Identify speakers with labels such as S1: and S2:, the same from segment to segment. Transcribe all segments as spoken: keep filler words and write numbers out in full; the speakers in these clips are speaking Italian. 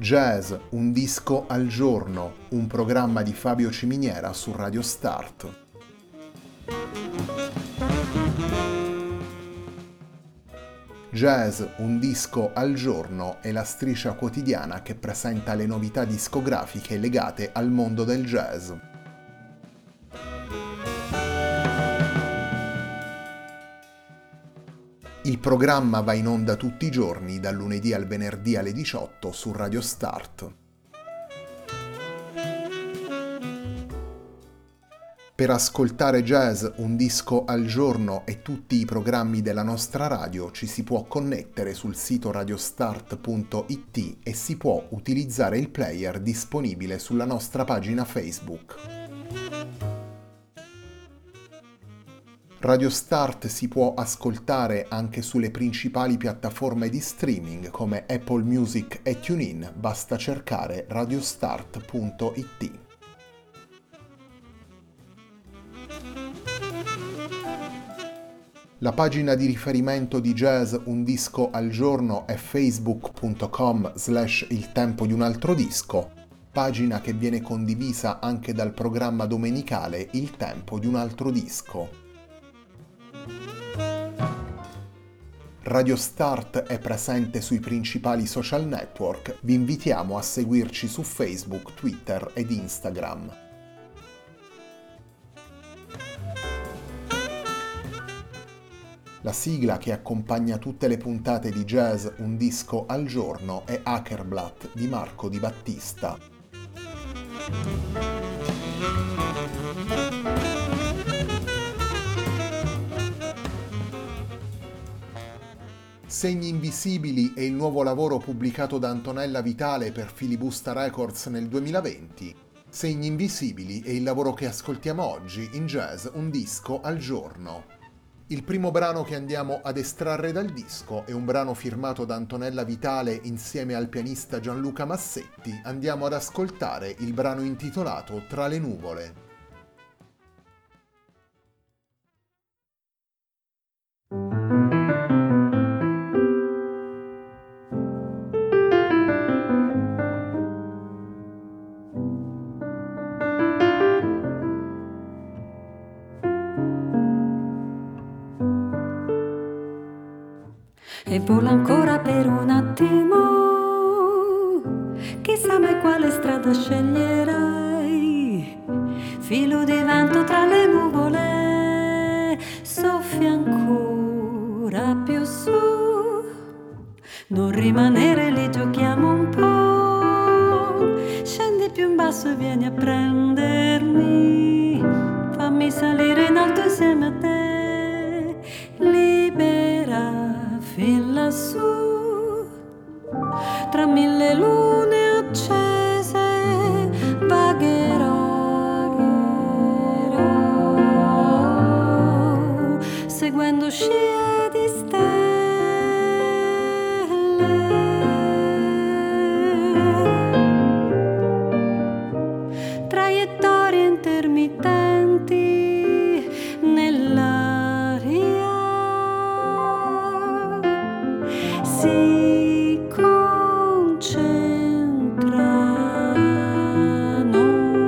S1: Jazz, un disco al giorno, un programma di Fabio Ciminiera su Radio Start. Jazz, un disco al giorno è la striscia quotidiana che presenta le novità discografiche legate al mondo del jazz. Il programma va in onda tutti i giorni, dal lunedì al venerdì alle diciotto su Radio Start. Per ascoltare Jazz, un disco al giorno e tutti i programmi della nostra radio ci si può connettere sul sito radiostart punto it e si può utilizzare il player disponibile sulla nostra pagina Facebook. Radio Start si può ascoltare anche sulle principali piattaforme di streaming come Apple Music e TuneIn, basta cercare radiostart punto it. La pagina di riferimento di Jazz, un disco al giorno è facebook punto com slash il tempo di un altro disco, pagina che viene condivisa anche dal programma domenicale Il tempo di un altro disco. Radio Start è presente sui principali social network, vi invitiamo a seguirci su Facebook, Twitter ed Instagram. La sigla che accompagna tutte le puntate di Jazz, un disco al giorno è Hackerblatt di Marco Di Battista. Segni invisibili è il nuovo lavoro pubblicato da Antonella Vitale per Filibusta Records nel duemilaventi. Segni invisibili è il lavoro che ascoltiamo oggi in Jazz, un disco al giorno. Il primo brano che andiamo ad estrarre dal disco è un brano firmato da Antonella Vitale insieme al pianista Gianluca Massetti. Andiamo ad ascoltare il brano intitolato Tra le nuvole.
S2: E vola ancora per un attimo, chissà mai quale strada sceglierai. Filo di vento tra le nuvole, soffia ancora più su. Non rimanere lì, giochiamo un po'. Scendi più in basso e vieni a prendermi. Fammi salire in alto insieme a te, libera fin lassù, tra mille lune accese vagherò, seguendo scie di stelle, traiettorie intermittenti nell'aria. Si concentrano,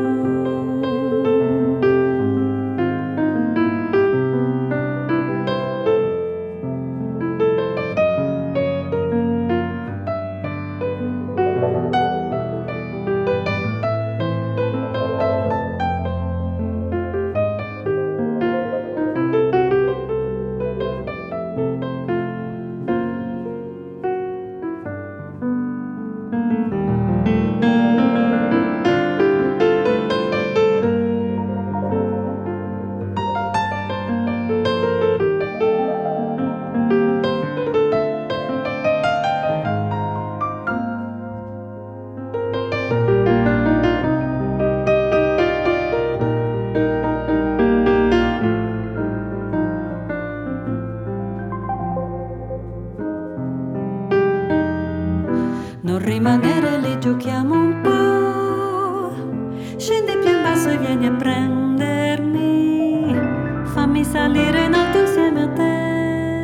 S2: non rimanere lì, giochiamo un po'. Scendi più in basso e vieni a prendermi. Fammi salire in alto insieme a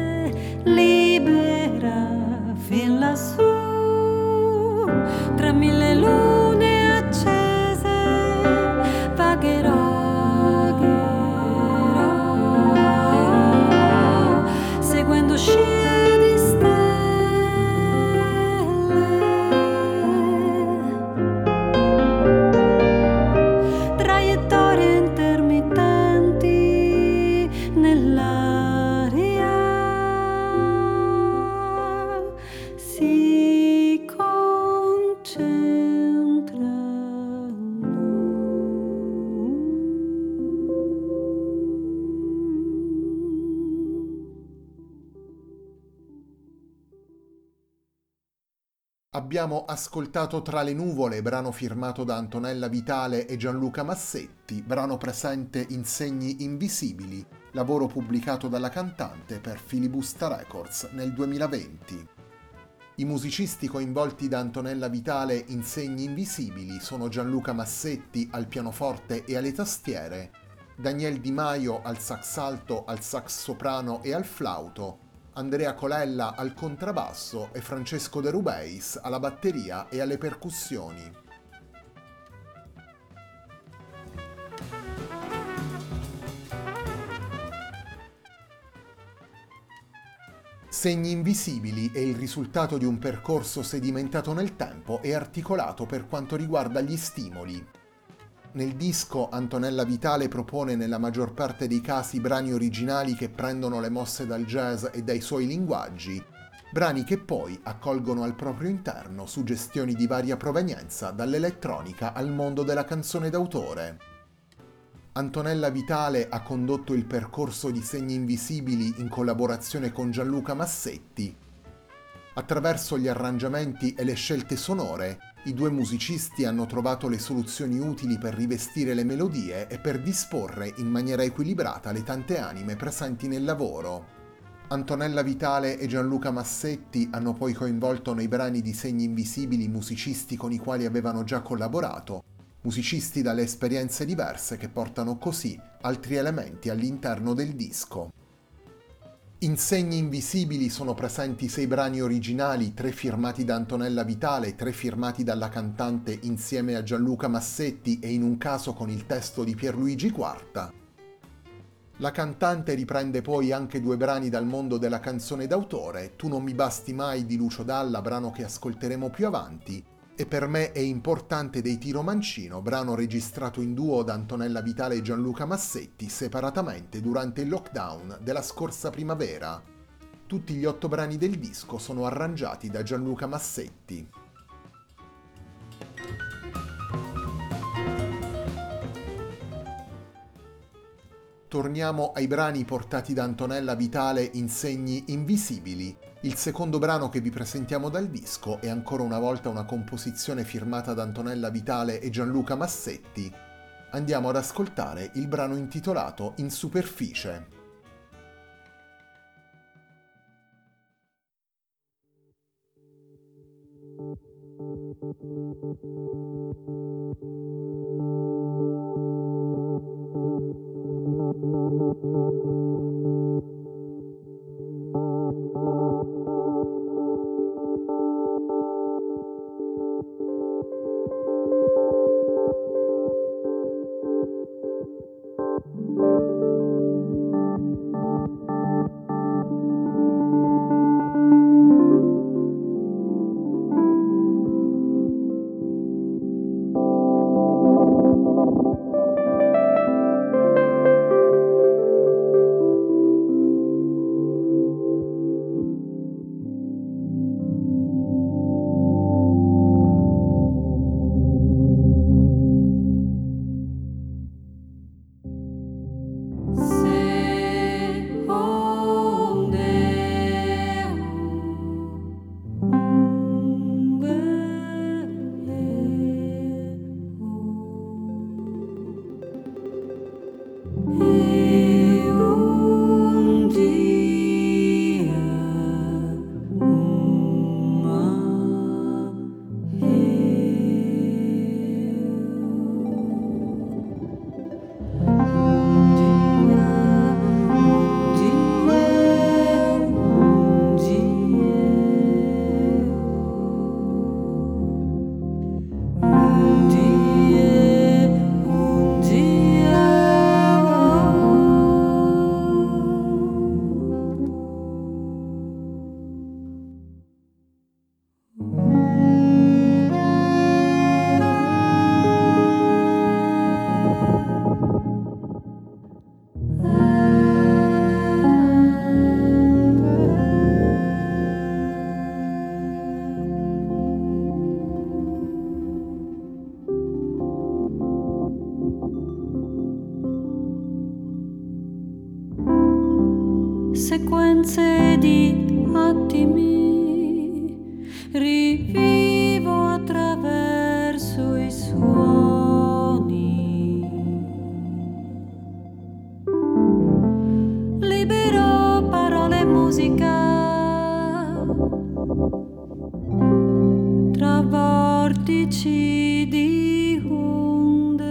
S2: te, libera fin lassù, tra mille
S1: Abbiamo ascoltato Tra le nuvole, brano firmato da Antonella Vitale e Gianluca Massetti, brano presente in Segni invisibili, lavoro pubblicato dalla cantante per Filibusta Records nel duemilaventi. I musicisti coinvolti da Antonella Vitale in Segni invisibili sono Gianluca Massetti al pianoforte e alle tastiere, Daniel Di Maio al sax alto, al sax soprano e al flauto, Andrea Colella al contrabbasso e Francesco De Rubeis alla batteria e alle percussioni. Segni invisibili è il risultato di un percorso sedimentato nel tempo e articolato per quanto riguarda gli stimoli. Nel disco Antonella Vitale propone nella maggior parte dei casi brani originali che prendono le mosse dal jazz e dai suoi linguaggi, brani che poi accolgono al proprio interno suggestioni di varia provenienza dall'elettronica al mondo della canzone d'autore. Antonella Vitale ha condotto il percorso di Segni invisibili in collaborazione con Gianluca Massetti. Attraverso gli arrangiamenti e le scelte sonore, i due musicisti hanno trovato le soluzioni utili per rivestire le melodie e per disporre in maniera equilibrata le tante anime presenti nel lavoro. Antonella Vitale e Gianluca Massetti hanno poi coinvolto nei brani di Segni invisibili musicisti con i quali avevano già collaborato, musicisti dalle esperienze diverse che portano così altri elementi all'interno del disco. In Segni invisibili sono presenti sei brani originali, tre firmati da Antonella Vitale, tre firmati dalla cantante insieme a Gianluca Massetti e in un caso con il testo di Pierluigi Quarta. La cantante riprende poi anche due brani dal mondo della canzone d'autore, Tu non mi basti mai di Lucio Dalla, brano che ascolteremo più avanti, e Per me è importante dei Tiro Mancino, brano registrato in duo da Antonella Vitale e Gianluca Massetti separatamente durante il lockdown della scorsa primavera. Tutti gli otto brani del disco sono arrangiati da Gianluca Massetti. Torniamo ai brani portati da Antonella Vitale in Segni invisibili. Il secondo brano che vi presentiamo dal disco è ancora una volta una composizione firmata da Antonella Vitale e Gianluca Massetti. Andiamo ad ascoltare il brano intitolato In superficie.
S2: Sequenze di attimi rivivi vortici di onde.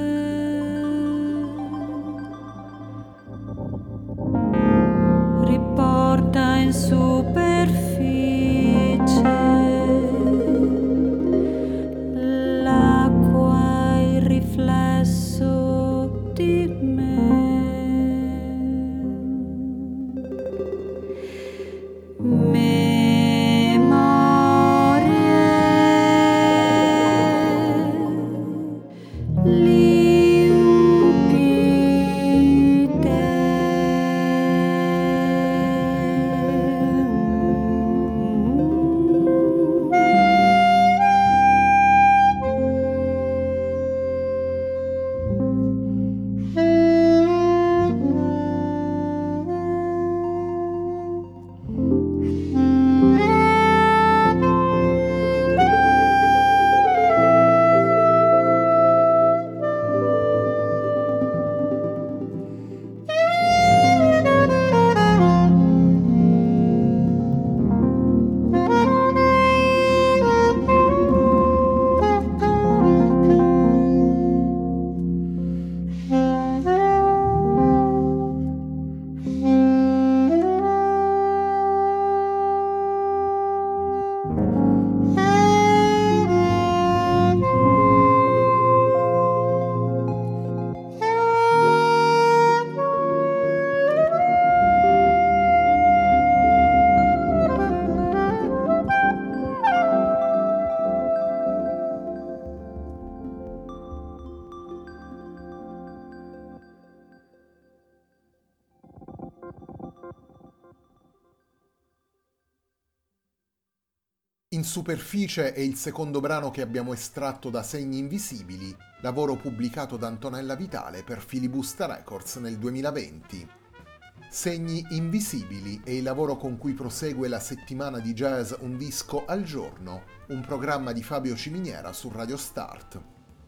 S2: Riporta in superficie l'acqua, il riflesso di me.
S1: In superficie è il secondo brano che abbiamo estratto da Segni Invisibili, lavoro pubblicato da Antonella Vitale per Filibusta Records nel duemilaventi. Segni Invisibili è il lavoro con cui prosegue la settimana di jazz Un disco al giorno, un programma di Fabio Ciminiera su Radio Start.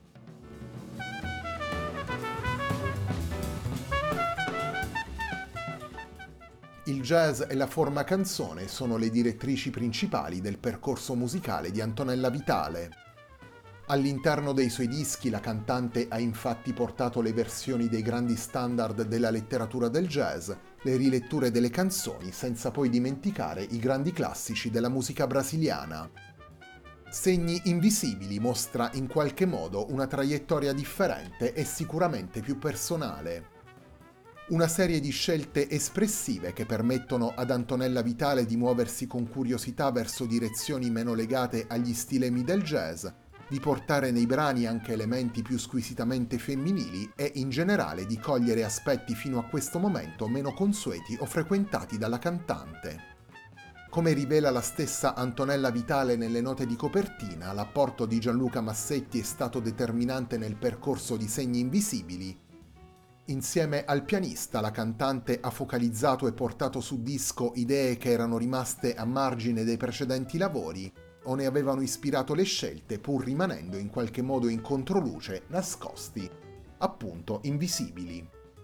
S1: Il jazz e la forma canzone sono le direttrici principali del percorso musicale di Antonella Vitale. All'interno dei suoi dischi la cantante ha infatti portato le versioni dei grandi standard della letteratura del jazz, le riletture delle canzoni, senza poi dimenticare i grandi classici della musica brasiliana. Segni Invisibili mostra in qualche modo una traiettoria differente e sicuramente più personale. Una serie di scelte espressive che permettono ad Antonella Vitale di muoversi con curiosità verso direzioni meno legate agli stilemi del jazz, di portare nei brani anche elementi più squisitamente femminili e in generale di cogliere aspetti fino a questo momento meno consueti o frequentati dalla cantante. Come rivela la stessa Antonella Vitale nelle note di copertina, l'apporto di Gianluca Massetti è stato determinante nel percorso di Segni Invisibili. Insieme al pianista, la cantante ha focalizzato e portato su disco idee che erano rimaste a margine dei precedenti lavori o ne avevano ispirato le scelte, pur rimanendo in qualche modo in controluce, nascosti, appunto invisibili.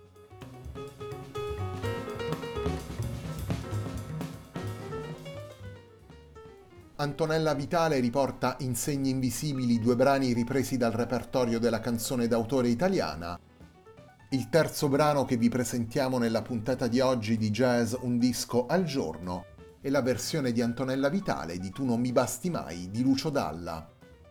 S1: Antonella Vitale riporta in Segni Invisibili due brani ripresi dal repertorio della canzone d'autore italiana. Il terzo brano che vi presentiamo nella puntata di oggi di Jazz Un disco al giorno è la versione di Antonella Vitale di Tu non mi basti mai di Lucio Dalla.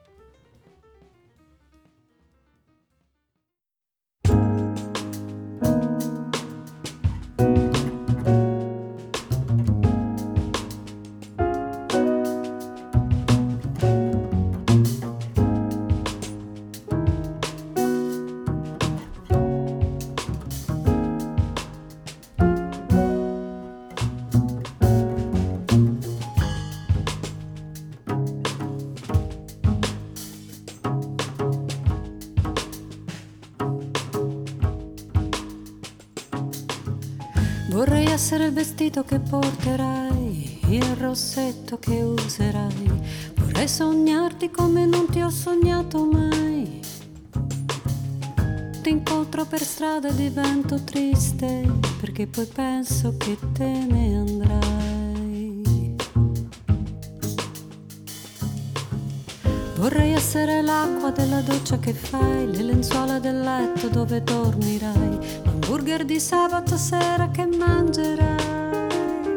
S2: Vorrei essere il vestito che porterai, il rossetto che userai. Vorrei sognarti come non ti ho sognato mai. Ti incontro per strada e divento triste, perché poi penso che te ne andrai. Vorrei essere l'acqua della doccia che fai, le lenzuola del letto dove dormirai, l'hamburger di sabato sera che mangerai.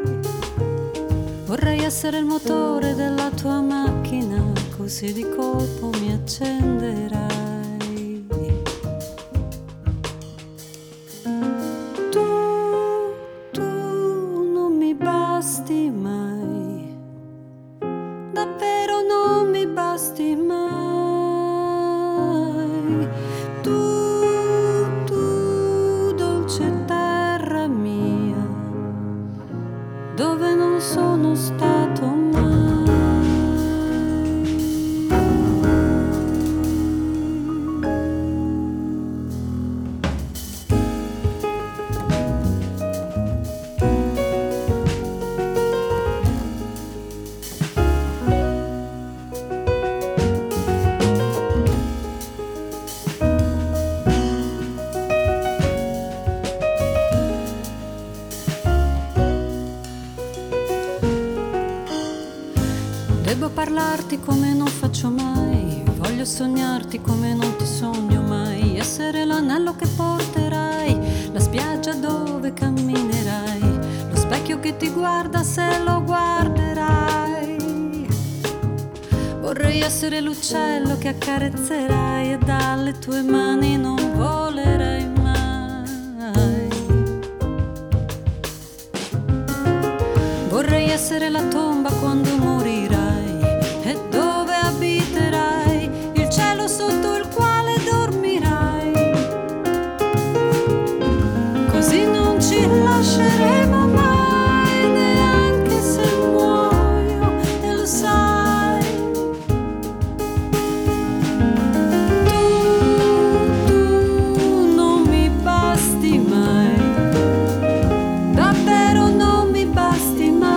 S2: Vorrei essere il motore della tua macchina, così di colpo mi accenderai. Tu, tu non mi basti mai, davvero non mi basti mai. Tu, tu, dolce terra mia, dove non sono stato mai. Devo parlarti come non faccio mai, voglio sognarti come non ti sogno mai, essere l'anello che porterai, la spiaggia dove camminerai, lo specchio che ti guarda se lo guarderai. Vorrei essere l'uccello che accarezzerai e dalle tue mani non volerai mai. Vorrei essere la tomba quando morirai e dove abiterai, il cielo sotto il quale dormirai. Così non ci lasceremo mai, neanche se muoio, e lo sai. Tu, tu non mi basti mai, davvero non mi basti mai.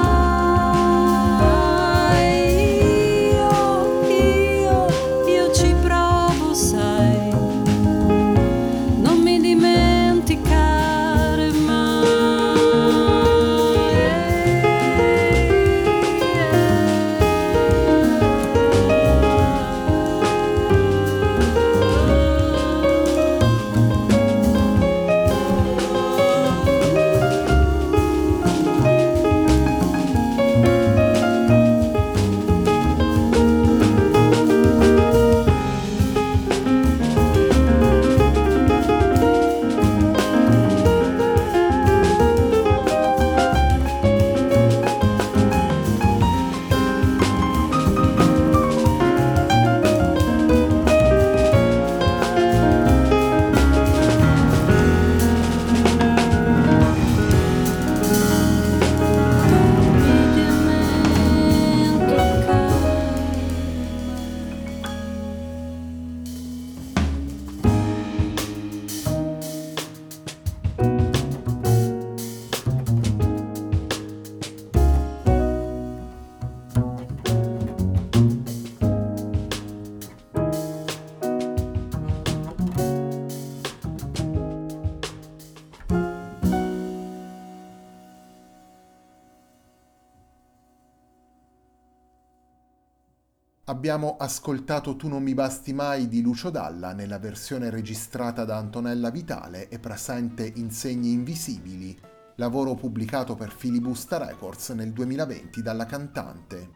S1: Abbiamo ascoltato Tu non mi basti mai di Lucio Dalla nella versione registrata da Antonella Vitale e presente in Segni invisibili, lavoro pubblicato per Filibusta Records nel duemilaventi dalla cantante.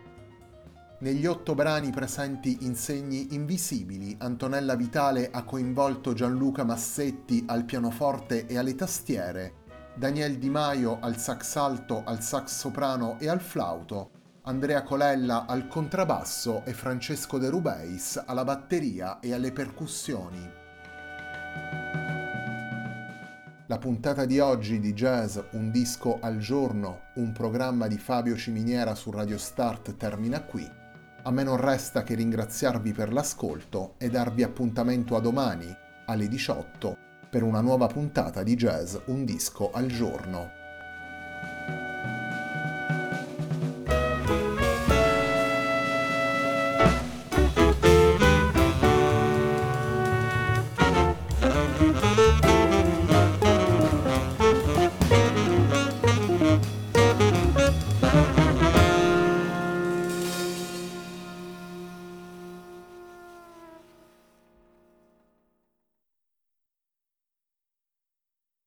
S1: Negli otto brani presenti in Segni invisibili, Antonella Vitale ha coinvolto Gianluca Massetti al pianoforte e alle tastiere, Daniel Di Maio al sax alto, al sax soprano e al flauto, Andrea Colella al contrabbasso e Francesco De Rubeis alla batteria e alle percussioni. La puntata di oggi di Jazz Un disco al giorno, un programma di Fabio Ciminiera su Radio Start termina qui. A me non resta che ringraziarvi per l'ascolto e darvi appuntamento a domani alle diciotto per una nuova puntata di Jazz Un disco al giorno.